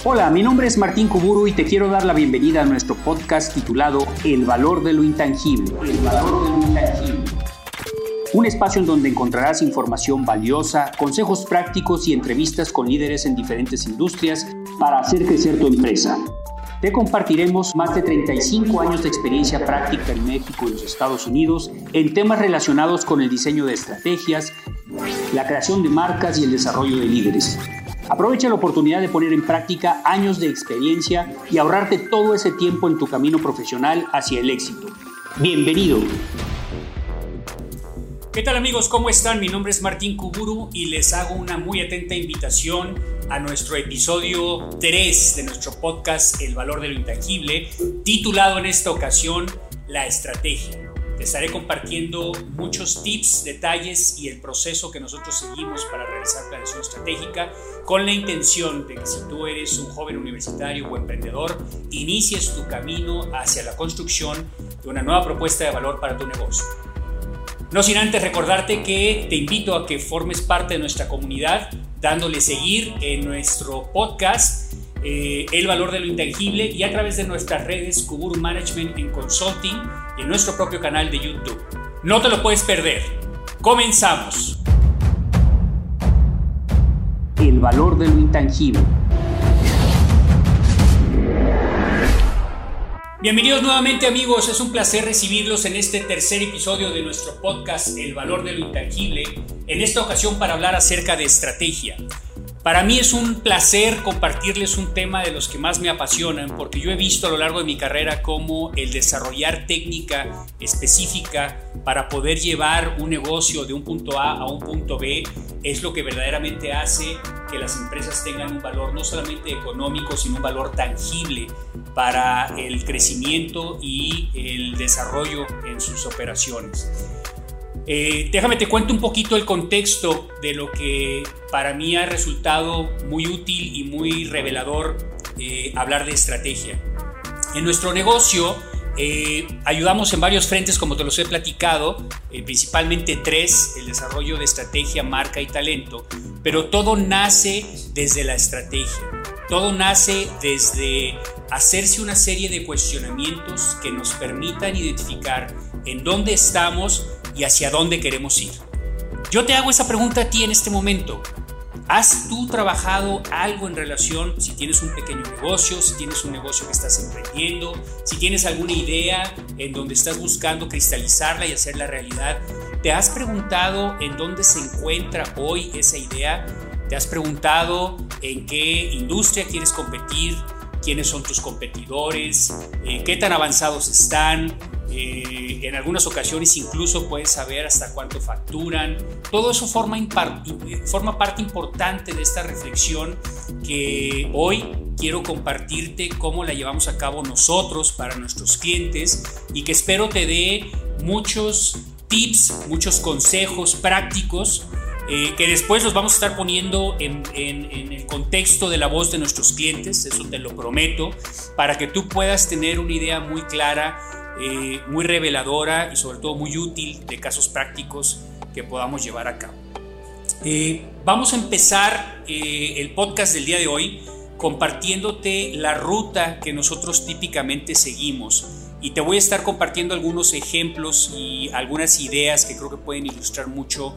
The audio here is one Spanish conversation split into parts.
Hola, mi nombre es Martín Kuburu y te quiero dar la bienvenida a nuestro podcast titulado El valor de lo intangible. El valor de lo intangible. Un espacio en donde encontrarás información valiosa, consejos prácticos y entrevistas con líderes en diferentes industrias para hacer crecer tu empresa. Te compartiremos más de 35 años de experiencia práctica en México y los Estados Unidos en temas relacionados con el diseño de estrategias, la creación de marcas y el desarrollo de líderes. Aprovecha la oportunidad de poner en práctica años de experiencia y ahorrarte todo ese tiempo en tu camino profesional hacia el éxito. ¡Bienvenido! ¿Qué tal amigos? ¿Cómo están? Mi nombre es Martín Kuburu y les hago una muy atenta invitación a nuestro episodio 3 de nuestro podcast El valor de lo intangible, titulado en esta ocasión La estrategia. Te estaré compartiendo muchos tips, detalles y el proceso que nosotros seguimos para realizar planeación estratégica con la intención de que si tú eres un joven universitario o emprendedor, inicies tu camino hacia la construcción de una nueva propuesta de valor para tu negocio. No sin antes recordarte que te invito a que formes parte de nuestra comunidad dándole seguir en nuestro podcast El valor de lo intangible y a través de nuestras redes Kuburu Management and Consulting y en nuestro propio canal de YouTube. No te lo puedes perder. ¡Comenzamos! El valor de lo intangible. Bienvenidos nuevamente amigos, es un placer recibirlos en este tercer episodio de nuestro podcast El valor de lo intangible, en esta ocasión para hablar acerca de estrategia. Para mí es un placer compartirles un tema de los que más me apasionan porque yo he visto a lo largo de mi carrera cómo el desarrollar técnica específica para poder llevar un negocio de un punto A a un punto B es lo que verdaderamente hace que las empresas tengan un valor no solamente económico, sino un valor tangible para el crecimiento y el desarrollo en sus operaciones. Déjame te cuento un poquito el contexto de lo que para mí ha resultado muy útil y muy revelador hablar de estrategia. En nuestro negocio ayudamos en varios frentes, como te los he platicado, principalmente 3, el desarrollo de estrategia, marca y talento, pero todo nace desde la estrategia, todo nace desde hacerse una serie de cuestionamientos que nos permitan identificar en dónde estamos y hacia dónde queremos ir. Yo te hago esa pregunta a ti en este momento. ¿Has tú trabajado algo en relación, si tienes un pequeño negocio, si tienes un negocio que estás emprendiendo, si tienes alguna idea en donde estás buscando cristalizarla y hacerla realidad? ¿Te has preguntado en dónde se encuentra hoy esa idea? ¿Te has preguntado en qué industria quieres competir? ¿Quiénes son tus competidores? ¿Qué tan avanzados están? En algunas ocasiones incluso puedes saber hasta cuánto facturan. Todo eso forma parte importante de esta reflexión que hoy quiero compartirte cómo la llevamos a cabo nosotros para nuestros clientes y que espero te dé muchos tips, muchos consejos prácticos que después los vamos a estar poniendo en el contexto de la voz de nuestros clientes, eso te lo prometo, para que tú puedas tener una idea muy clara, muy reveladora y sobre todo muy útil de casos prácticos que podamos llevar a cabo. Vamos a empezar el podcast del día de hoy compartiéndote la ruta que nosotros típicamente seguimos y te voy a estar compartiendo algunos ejemplos y algunas ideas que creo que pueden ilustrar mucho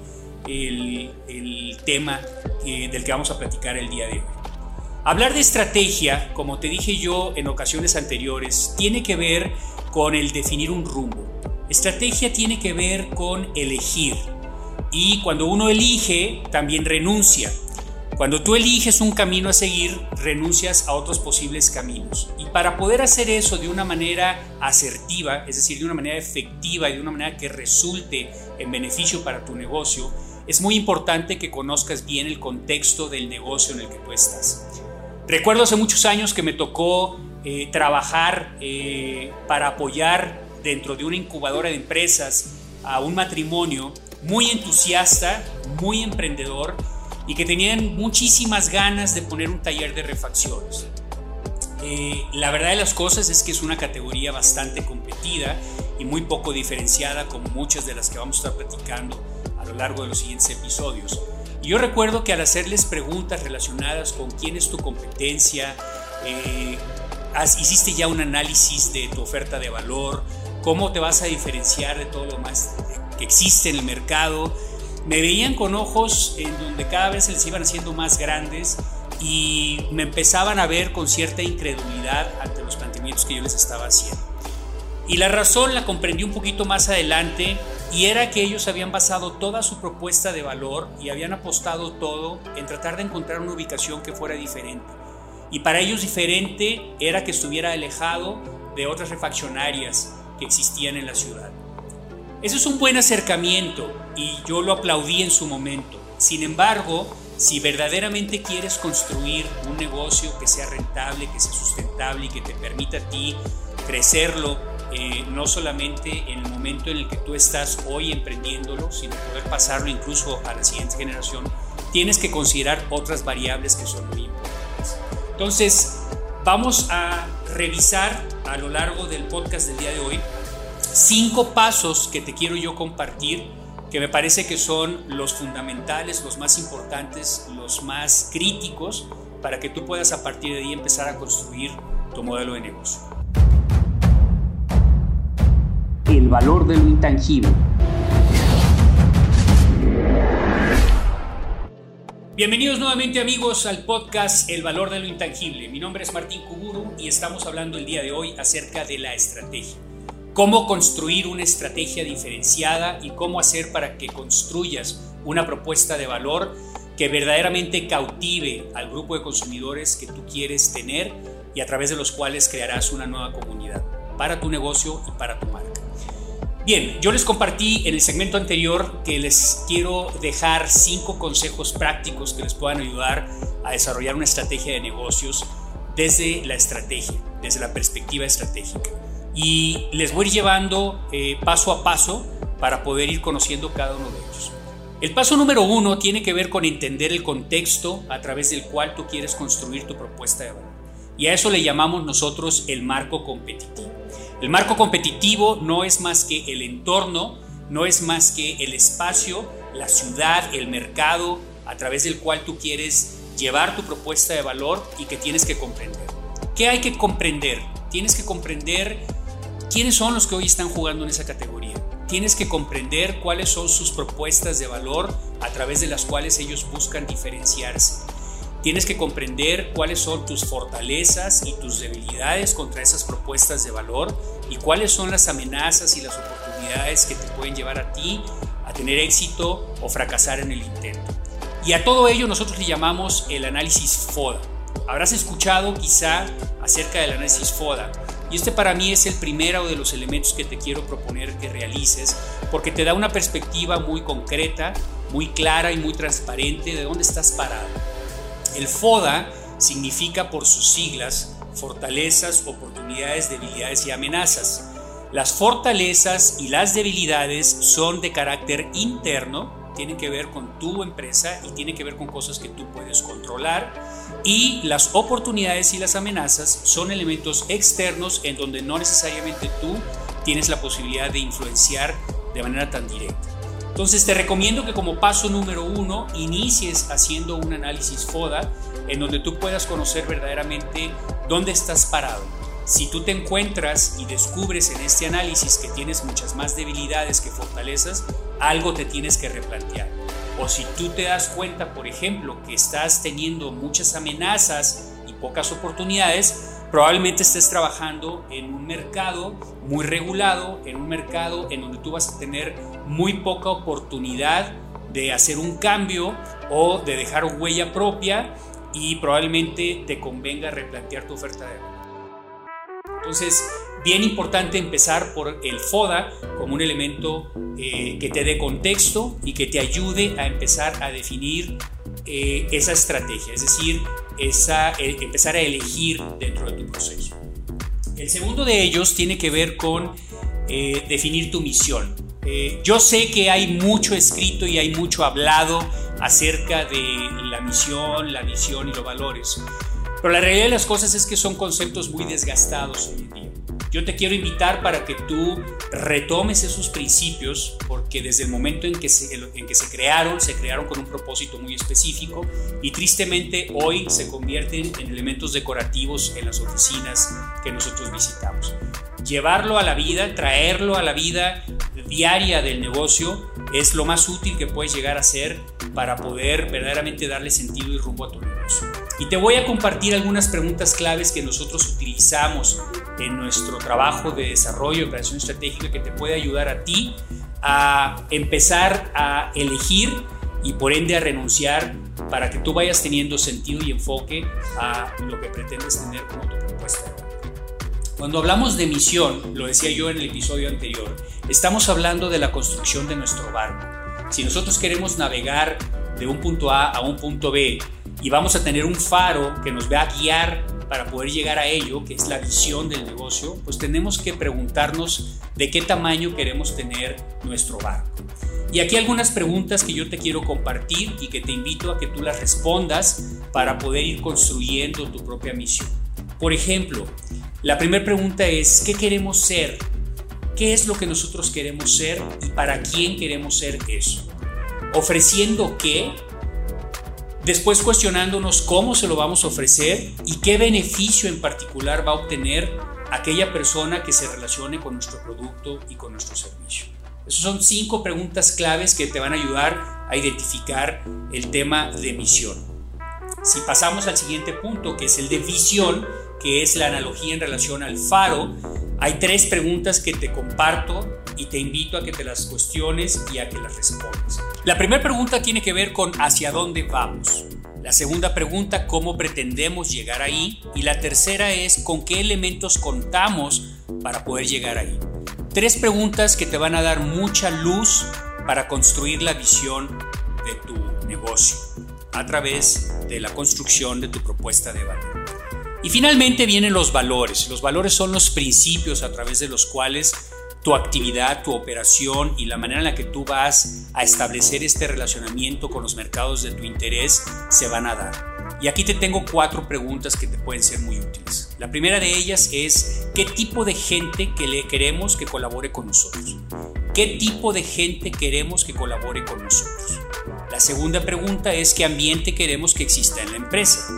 el tema del que vamos a platicar el día de hoy. Hablar de estrategia, como te dije yo en ocasiones anteriores, tiene que ver con el definir un rumbo. Estrategia tiene que ver con elegir. Y cuando uno elige, también renuncia. Cuando tú eliges un camino a seguir, renuncias a otros posibles caminos. Y para poder hacer eso de una manera asertiva, es decir, de una manera efectiva y de una manera que resulte en beneficio para tu negocio, es muy importante que conozcas bien el contexto del negocio en el que tú estás. Recuerdo hace muchos años que me tocó trabajar para apoyar dentro de una incubadora de empresas a un matrimonio muy entusiasta, muy emprendedor y que tenían muchísimas ganas de poner un taller de refacciones. La verdad de las cosas es que es una categoría bastante competida y muy poco diferenciada, como muchas de las que vamos a estar platicando a lo largo de los siguientes episodios. Y yo recuerdo que al hacerles preguntas relacionadas con quién es tu competencia, hiciste ya un análisis de tu oferta de valor, cómo te vas a diferenciar de todo lo más que existe en el mercado. Me veían con ojos en donde cada vez se les iban haciendo más grandes y me empezaban a ver con cierta incredulidad ante los planteamientos que yo les estaba haciendo. Y la razón la comprendí un poquito más adelante, y era que ellos habían basado toda su propuesta de valor y habían apostado todo en tratar de encontrar una ubicación que fuera diferente. Y para ellos diferente era que estuviera alejado de otras refaccionarias que existían en la ciudad. Eso es un buen acercamiento y yo lo aplaudí en su momento. Sin embargo, si verdaderamente quieres construir un negocio que sea rentable, que sea sustentable y que te permita a ti crecerlo, no solamente en el momento en el que tú estás hoy emprendiéndolo, sino poder pasarlo incluso a la siguiente generación, tienes que considerar otras variables que son muy importantes. Entonces, vamos a revisar a lo largo del podcast del día de hoy 5 pasos que te quiero yo compartir, que me parece que son los fundamentales, los más importantes, los más críticos, para que tú puedas a partir de ahí empezar a construir tu modelo de negocio. El valor de lo intangible. Bienvenidos nuevamente, amigos, al podcast El valor de lo intangible. Mi nombre es Martín Kuburu y estamos hablando el día de hoy acerca de la estrategia. Cómo construir una estrategia diferenciada y cómo hacer para que construyas una propuesta de valor que verdaderamente cautive al grupo de consumidores que tú quieres tener y a través de los cuales crearás una nueva comunidad para tu negocio y para tu marca. Bien, yo les compartí en el segmento anterior que les quiero dejar 5 consejos prácticos que les puedan ayudar a desarrollar una estrategia de negocios desde la estrategia, desde la perspectiva estratégica. Y les voy a ir llevando paso a paso para poder ir conociendo cada uno de ellos. El paso número 1 tiene que ver con entender el contexto a través del cual tú quieres construir tu propuesta de valor. Y a eso le llamamos nosotros el marco competitivo. El marco competitivo no es más que el entorno, no es más que el espacio, la ciudad, el mercado a través del cual tú quieres llevar tu propuesta de valor y que tienes que comprender. ¿Qué hay que comprender? Tienes que comprender quiénes son los que hoy están jugando en esa categoría. Tienes que comprender cuáles son sus propuestas de valor a través de las cuales ellos buscan diferenciarse. Tienes que comprender cuáles son tus fortalezas y tus debilidades contra esas propuestas de valor y cuáles son las amenazas y las oportunidades que te pueden llevar a ti a tener éxito o fracasar en el intento. Y a todo ello nosotros le llamamos el análisis FODA. Habrás escuchado quizá acerca del análisis FODA y este para mí es el primero de los elementos que te quiero proponer que realices porque te da una perspectiva muy concreta, muy clara y muy transparente de dónde estás parado. El FODA significa por sus siglas fortalezas, oportunidades, debilidades y amenazas. Las fortalezas y las debilidades son de carácter interno, tienen que ver con tu empresa y tienen que ver con cosas que tú puedes controlar. Y las oportunidades y las amenazas son elementos externos en donde no necesariamente tú tienes la posibilidad de influenciar de manera tan directa. Entonces te recomiendo que como paso número 1 inicies haciendo un análisis FODA en donde tú puedas conocer verdaderamente dónde estás parado. Si tú te encuentras y descubres en este análisis que tienes muchas más debilidades que fortalezas, algo te tienes que replantear. O si tú te das cuenta, por ejemplo, que estás teniendo muchas amenazas y pocas oportunidades, probablemente estés trabajando en un mercado muy regulado, en un mercado en donde tú vas a tener muy poca oportunidad de hacer un cambio o de dejar huella propia y probablemente te convenga replantear tu oferta de valor. Entonces, bien importante empezar por el FODA como un elemento que te dé contexto y que te ayude a empezar a definir esa estrategia, es decir, empezar a elegir dentro de tu proceso. El segundo de ellos tiene que ver con definir tu misión. Yo sé que hay mucho escrito y hay mucho hablado acerca de la misión, la visión y los valores, pero la realidad de las cosas es que son conceptos muy desgastados hoy en día. Yo te quiero invitar para que tú retomes esos principios, porque desde el momento en que se crearon con un propósito muy específico y tristemente hoy se convierten en elementos decorativos en las oficinas que nosotros visitamos. Llevarlo a la vida, traerlo a la vida diaria del negocio es lo más útil que puedes llegar a hacer para poder verdaderamente darle sentido y rumbo a tu negocio. Y te voy a compartir algunas preguntas claves que nosotros utilizamos en nuestro trabajo de desarrollo y operación estratégica que te puede ayudar a ti a empezar a elegir y por ende a renunciar para que tú vayas teniendo sentido y enfoque a lo que pretendes tener como tu propuesta. Cuando hablamos de misión, lo decía yo en el episodio anterior, estamos hablando de la construcción de nuestro barco. Si nosotros queremos navegar de un punto A a un punto B y vamos a tener un faro que nos va a guiar para poder llegar a ello, que es la visión del negocio, pues tenemos que preguntarnos de qué tamaño queremos tener nuestro barco. Y aquí algunas preguntas que yo te quiero compartir y que te invito a que tú las respondas para poder ir construyendo tu propia misión. Por ejemplo, la primera pregunta es, ¿qué queremos ser? ¿Qué es lo que nosotros queremos ser y para quién queremos ser eso? ¿Ofreciendo qué? Después cuestionándonos cómo se lo vamos a ofrecer y qué beneficio en particular va a obtener aquella persona que se relacione con nuestro producto y con nuestro servicio. Esas son 5 preguntas claves que te van a ayudar a identificar el tema de misión. Si pasamos al siguiente punto, que es el de visión, que es la analogía en relación al faro, hay 3 preguntas que te comparto y te invito a que te las cuestiones y a que las respondas. La primera pregunta tiene que ver con hacia dónde vamos. La segunda pregunta, cómo pretendemos llegar ahí. Y la tercera es con qué elementos contamos para poder llegar ahí. 3 preguntas que te van a dar mucha luz para construir la visión de tu negocio a través de la construcción de tu propuesta de valor. Y finalmente vienen los valores. Los valores son los principios a través de los cuales tu actividad, tu operación y la manera en la que tú vas a establecer este relacionamiento con los mercados de tu interés se van a dar. Y aquí te tengo 4 preguntas que te pueden ser muy útiles. La primera de ellas es, ¿qué tipo de gente queremos que colabore con nosotros? ¿Qué tipo de gente queremos que colabore con nosotros? La segunda pregunta es, ¿qué ambiente queremos que exista en la empresa?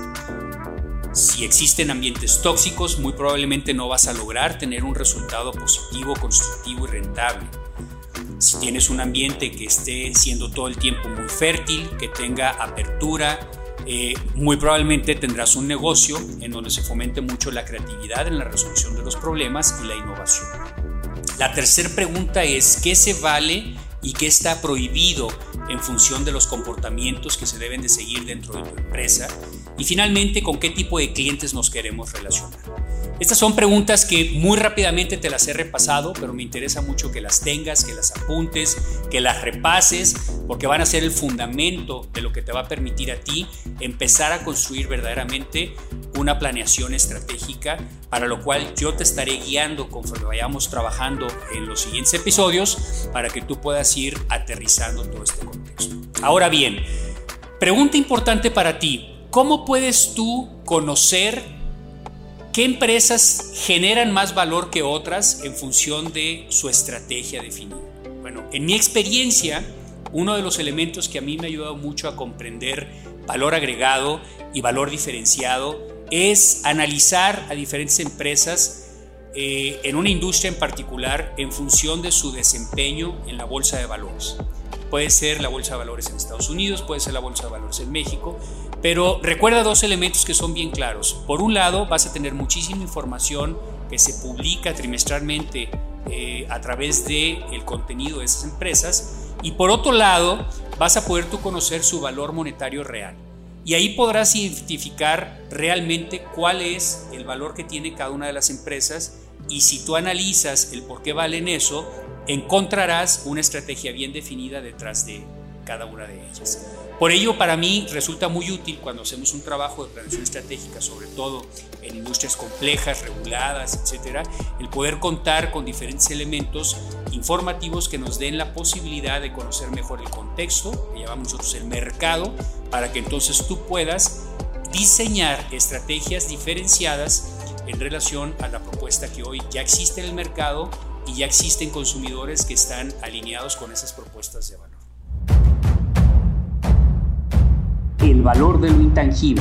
Si existen ambientes tóxicos, muy probablemente no vas a lograr tener un resultado positivo, constructivo y rentable. Si tienes un ambiente que esté siendo todo el tiempo muy fértil, que tenga apertura, muy probablemente tendrás un negocio en donde se fomente mucho la creatividad en la resolución de los problemas y la innovación. La tercera pregunta es, ¿qué se vale y qué está prohibido en función de los comportamientos que se deben de seguir dentro de tu empresa? Y finalmente, ¿con qué tipo de clientes nos queremos relacionar? Estas son preguntas que muy rápidamente te las he repasado, pero me interesa mucho que las tengas, que las apuntes, que las repases, porque van a ser el fundamento de lo que te va a permitir a ti empezar a construir verdaderamente una planeación estratégica, para lo cual yo te estaré guiando conforme vayamos trabajando en los siguientes episodios para que tú puedas ir aterrizando todo este contexto. Ahora bien, pregunta importante para ti. ¿Cómo puedes tú conocer qué empresas generan más valor que otras en función de su estrategia definida? Bueno, en mi experiencia, uno de los elementos que a mí me ha ayudado mucho a comprender valor agregado y valor diferenciado es analizar a diferentes empresas en una industria en particular en función de su desempeño en la bolsa de valores. Puede ser la bolsa de valores en Estados Unidos, puede ser la bolsa de valores en México, pero recuerda 2 elementos que son bien claros. Por un lado, vas a tener muchísima información que se publica trimestralmente a través del contenido de esas empresas, y por otro lado, vas a poder tú conocer su valor monetario real. Y ahí podrás identificar realmente cuál es el valor que tiene cada una de las empresas, y si tú analizas el por qué valen eso, encontrarás una estrategia bien definida detrás de cada una de ellas. Por ello, para mí resulta muy útil cuando hacemos un trabajo de planeación estratégica, sobre todo en industrias complejas, reguladas, etcétera, el poder contar con diferentes elementos informativos que nos den la posibilidad de conocer mejor el contexto, que llamamos nosotros el mercado, para que entonces tú puedas diseñar estrategias diferenciadas en relación a la propuesta que hoy ya existe en el mercado y ya existen consumidores que están alineados con esas propuestas de valor. El valor de lo intangible.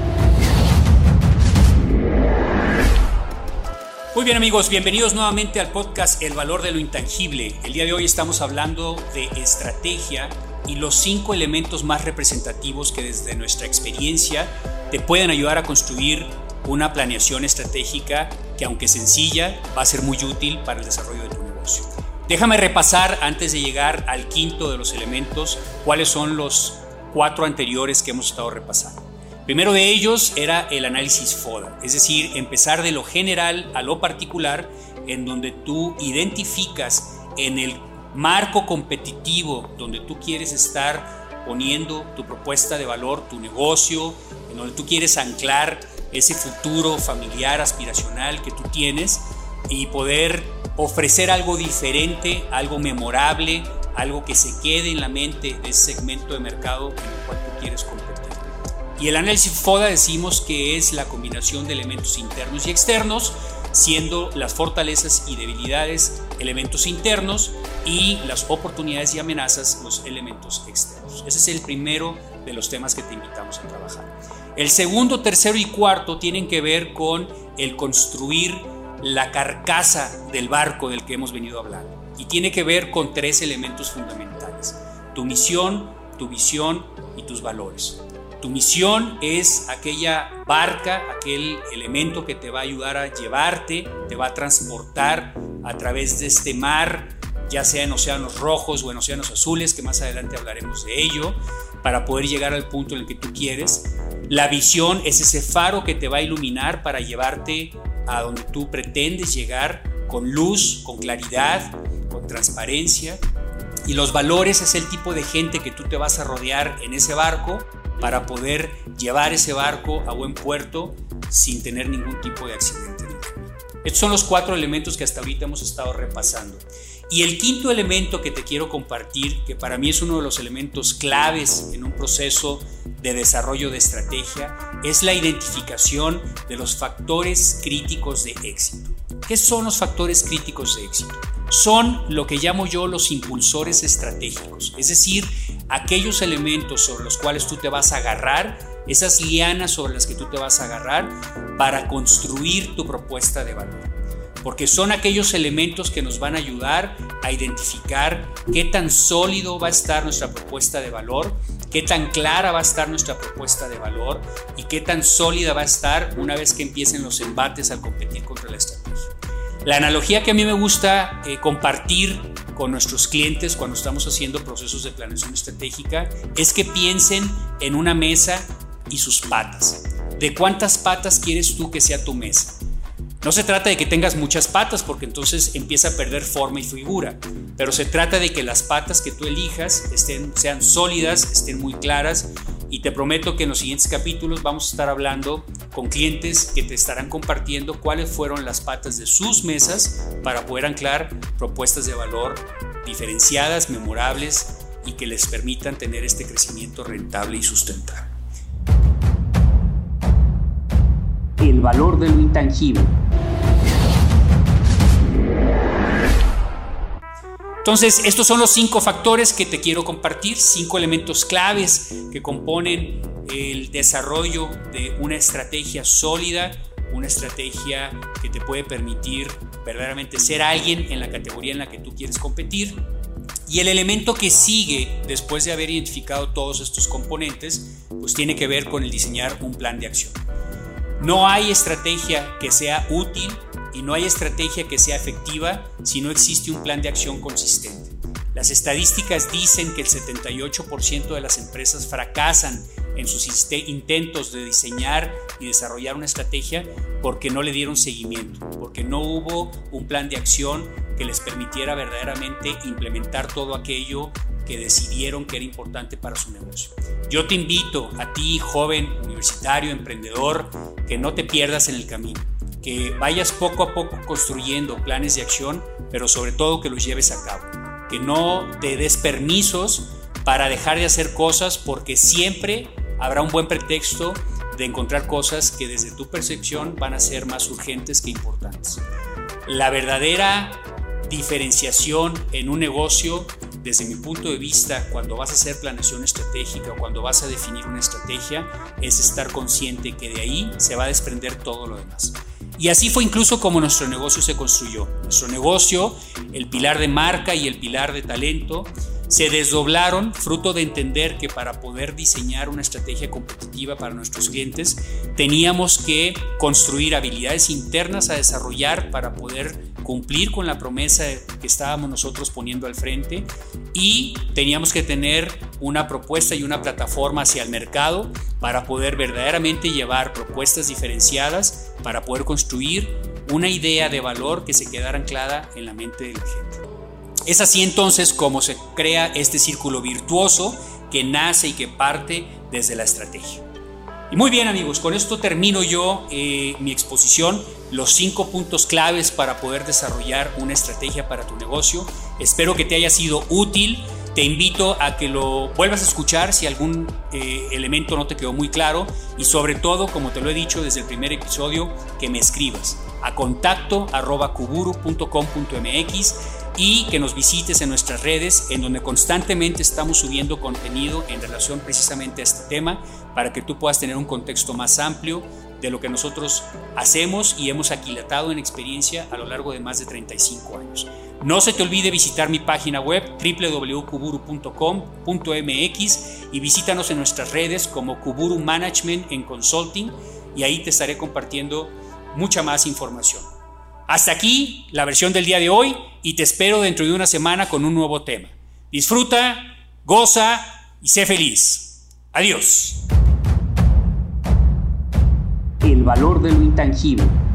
Muy bien amigos, bienvenidos nuevamente al podcast El valor de lo intangible. El día de hoy estamos hablando de estrategia y los 5 elementos más representativos que desde nuestra experiencia te pueden ayudar a construir una planeación estratégica que, aunque sencilla, va a ser muy útil para el desarrollo de tu negocio. Déjame repasar antes de llegar al quinto de los elementos cuáles son los 4 anteriores que hemos estado repasando. Primero de ellos era el análisis FODA, es decir, empezar de lo general a lo particular, en donde tú identificas en el marco competitivo donde tú quieres estar poniendo tu propuesta de valor, tu negocio, en donde tú quieres anclar ese futuro familiar aspiracional que tú tienes y poder ofrecer algo diferente, algo memorable, algo que se quede en la mente de ese segmento de mercado en el cual tú quieres competir. Y el análisis FODA decimos que es la combinación de elementos internos y externos, siendo las fortalezas y debilidades elementos internos y las oportunidades y amenazas los elementos externos. Ese es el primero de los temas que te invitamos a trabajar. El segundo, tercero y cuarto tienen que ver con el construir la carcasa del barco del que hemos venido hablando y tiene que ver con 3 elementos fundamentales: tu misión, tu visión y tus valores. Tu misión es aquella barca, aquel elemento que te va a ayudar a llevarte, te va a transportar a través de este mar, ya sea en océanos rojos o en océanos azules, que más adelante hablaremos de ello, para poder llegar al punto en el que tú quieres. La visión es ese faro que te va a iluminar para llevarte a donde tú pretendes llegar, con luz, con claridad, con transparencia. Y los valores es el tipo de gente que tú te vas a rodear en ese barco para poder llevar ese barco a buen puerto sin tener ningún tipo de accidente. Estos son los 4 elementos que hasta ahorita hemos estado repasando. Y el quinto elemento que te quiero compartir, que para mí es uno de los elementos claves en un proceso de desarrollo de estrategia, es la identificación de los factores críticos de éxito. ¿Qué son los factores críticos de éxito? Son lo que llamo yo los impulsores estratégicos, es decir, aquellos elementos sobre los cuales tú te vas a agarrar, esas lianas sobre las que tú te vas a agarrar para construir tu propuesta de valor. Porque son aquellos elementos que nos van a ayudar a identificar qué tan sólido va a estar nuestra propuesta de valor, qué tan clara va a estar nuestra propuesta de valor y qué tan sólida va a estar una vez que empiecen los embates al competir contra la estrategia. La analogía que a mí me gusta compartir con nuestros clientes cuando estamos haciendo procesos de planeación estratégica es que piensen en una mesa y sus patas. ¿De cuántas patas quieres tú que sea tu mesa? No se trata de que tengas muchas patas porque entonces empieza a perder forma y figura, pero se trata de que las patas que tú elijas sean sólidas, estén muy claras, y te prometo que en los siguientes capítulos vamos a estar hablando con clientes que te estarán compartiendo cuáles fueron las patas de sus mesas para poder anclar propuestas de valor diferenciadas, memorables y que les permitan tener este crecimiento rentable y sustentable. El valor de lo intangible. Entonces, estos son los 5 factores que te quiero compartir, 5 elementos claves que componen el desarrollo de una estrategia sólida, una estrategia que te puede permitir verdaderamente ser alguien en la categoría en la que tú quieres competir. Y el elemento que sigue después de haber identificado todos estos componentes, pues tiene que ver con el diseñar un plan de acción. No hay estrategia que sea útil y no hay estrategia que sea efectiva si no existe un plan de acción consistente. Las estadísticas dicen que el 78% de las empresas fracasan en sus intentos de diseñar y desarrollar una estrategia porque no le dieron seguimiento, porque no hubo un plan de acción que les permitiera verdaderamente implementar todo aquello que decidieron que era importante para su negocio. Yo te invito a ti, joven, universitario, emprendedor, que no te pierdas en el camino, que vayas poco a poco construyendo planes de acción, pero sobre todo que los lleves a cabo, que no te des permisos para dejar de hacer cosas porque siempre habrá un buen pretexto de encontrar cosas que desde tu percepción van a ser más urgentes que importantes. La verdadera diferenciación en un negocio, desde mi punto de vista, cuando vas a hacer planeación estratégica o cuando vas a definir una estrategia, es estar consciente que de ahí se va a desprender todo lo demás. Y así fue incluso como nuestro negocio se construyó. Nuestro negocio, el pilar de marca y el pilar de talento, se desdoblaron fruto de entender que para poder diseñar una estrategia competitiva para nuestros clientes teníamos que construir habilidades internas a desarrollar para poder cumplir con la promesa que estábamos nosotros poniendo al frente, y teníamos que tener una propuesta y una plataforma hacia el mercado para poder verdaderamente llevar propuestas diferenciadas para poder construir una idea de valor que se quedara anclada en la mente de la gente. Es así entonces como se crea este círculo virtuoso que nace y que parte desde la estrategia. Y muy bien, amigos, con esto termino yo mi exposición, los 5 puntos claves para poder desarrollar una estrategia para tu negocio. Espero que te haya sido útil. Te invito a que lo vuelvas a escuchar si algún elemento no te quedó muy claro, y sobre todo, como te lo he dicho desde el primer episodio, que me escribas a contacto@kuburu.com.mx y que nos visites en nuestras redes, en donde constantemente estamos subiendo contenido en relación precisamente a este tema, para que tú puedas tener un contexto más amplio de lo que nosotros hacemos y hemos aquilatado en experiencia a lo largo de más de 35 años. No se te olvide visitar mi página web www.kuburu.com.mx y visítanos en nuestras redes como Kuburu Management en Consulting, y ahí te estaré compartiendo mucha más información. Hasta aquí la versión del día de hoy, y te espero dentro de una semana con un nuevo tema. Disfruta, goza y sé feliz. Adiós. El valor de lo intangible.